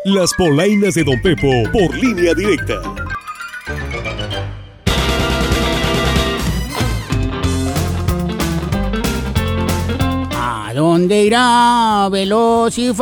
Las polainas de Don Pepo por Línea Directa. ¿Dónde irá veloz y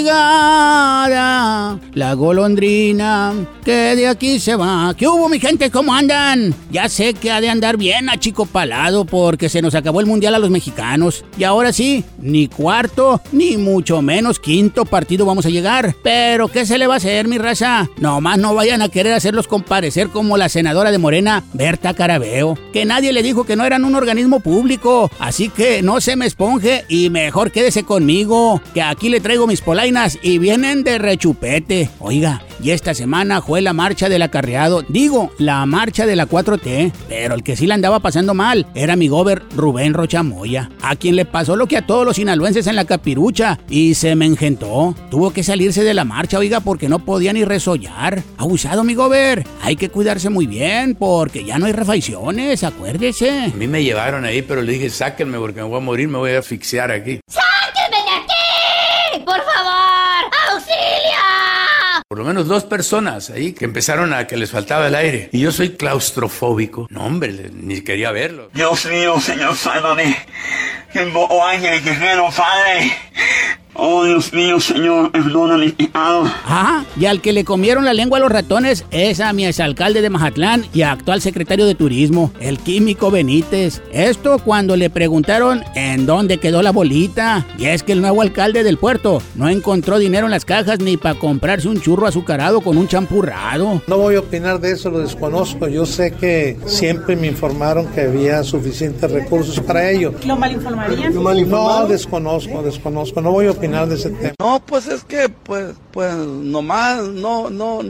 fatigada la golondrina que de aquí se va? ¿Qué hubo, mi gente? ¿Cómo andan? Ya sé que ha de andar bien achicopalado porque se nos acabó el mundial a los mexicanos. Y ahora sí, ni cuarto, ni mucho menos quinto partido vamos a llegar. Pero ¿qué se le va a hacer, mi raza? Nomás no vayan a querer hacerlos comparecer como la senadora de Morena, Berta Carabeo, que nadie le dijo que no eran un organismo público. Así que no se me esponje y mejor quédese conmigo, que aquí le traigo mis polainas y vienen de rechupete. Oiga, y esta semana fue la marcha del acarreado, la marcha de la 4T, pero el que sí la andaba pasando mal era mi gober Rubén Rochamoya, a quien le pasó lo que a todos los sinaloenses en la capirucha y se me engentó. Tuvo que salirse de la marcha, oiga, porque no podía ni resollar. Abusado, mi gober. Hay que cuidarse muy bien porque ya no hay refacciones, acuérdese. A mí me llevaron ahí, pero le dije, sáquenme porque me voy a morir, me voy a asfixiar aquí. ¡Sáquenme de aquí! ¡Por favor! ¡Auxilio! Por lo menos 2 personas ahí que empezaron a que les faltaba el aire. Y yo soy claustrofóbico. No, hombre, ni quería verlo. Dios mío, Señor, sálvame. Que invoco ángeles guerreros, Padre. Oh, Dios mío, Señor, perdona mis pecados. Y al que le comieron la lengua a los ratones es a mi exalcalde de Mazatlán y actual secretario de Turismo, el Químico Benítez. Esto cuando le preguntaron en dónde quedó la bolita. Y es que el nuevo alcalde del puerto no encontró dinero en las cajas ni para comprarse un churro azucarado con un champurrado. No voy a opinar de eso, lo desconozco. Yo sé que siempre me informaron que había suficientes recursos para ello. ¿Lo malinformarían? No, desconozco. No voy a opinar de ese tema. No, pues es que, pues nomás, no,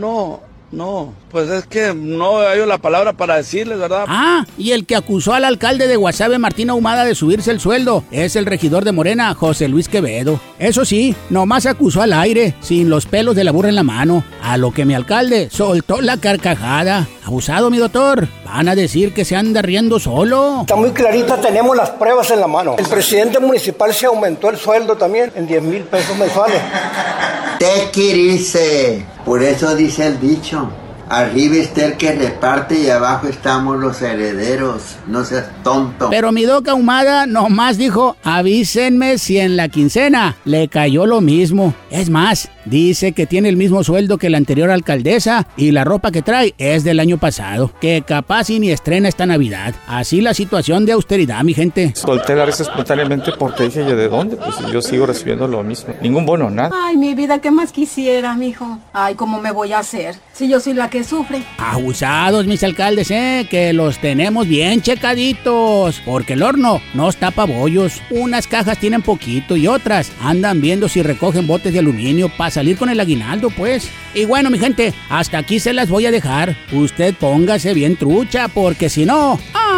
pues es que no hay la palabra para decirles, ¿verdad? Y el que acusó al alcalde de Guasave, Martín Ahumada, de subirse el sueldo es el regidor de Morena, José Luis Quevedo. Eso sí, nomás acusó al aire, sin los pelos de la burra en la mano, a lo que mi alcalde soltó la carcajada. Abusado, mi doctor. Van a decir que se anda riendo solo. Está muy clarita, tenemos las pruebas en la mano. El presidente municipal se aumentó el sueldo también en 10,000 pesos mensuales. Te quirice. Por eso dice el dicho. Arriba está el que reparte y abajo estamos los herederos. No seas tonto. Pero mi doc Ahumada nomás dijo, avísenme si en la quincena le cayó lo mismo. Es más, dice que tiene el mismo sueldo que la anterior alcaldesa y la ropa que trae es del año pasado, que capaz y ni estrena esta Navidad. Así la situación de austeridad, mi gente. Solté la risa espontáneamente porque dije yo, ¿de dónde? Pues yo sigo recibiendo lo mismo. Ningún bono, nada. Ay, mi vida, ¿qué más quisiera, mijo? Ay, ¿cómo me voy a hacer? Si yo soy la que sufre. Abusados, mis alcaldes, que los tenemos bien checaditos, porque el horno nos tapa bollos. Unas cajas tienen poquito y otras andan viendo si recogen botes de aluminio para salir con el aguinaldo, pues. Y bueno, mi gente, hasta aquí se las voy a dejar. Usted póngase bien trucha, porque si no...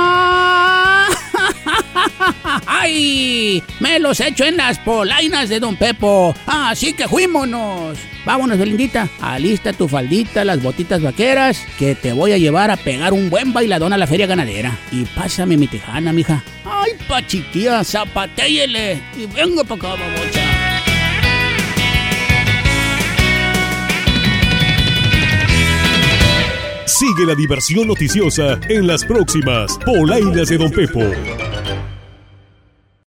¡Ay! Me los echo en las polainas de Don Pepo. Así que fuímonos. Vámonos, Belindita. Alista tu faldita, las botitas vaqueras, que te voy a llevar a pegar un buen bailadón a la feria ganadera. Y pásame mi tejana, mija. ¡Ay, pachiquía! ¡Zapatéyele! Y vengo pa' acá, babocha. Sigue la diversión noticiosa en las próximas polainas de Don Pepo.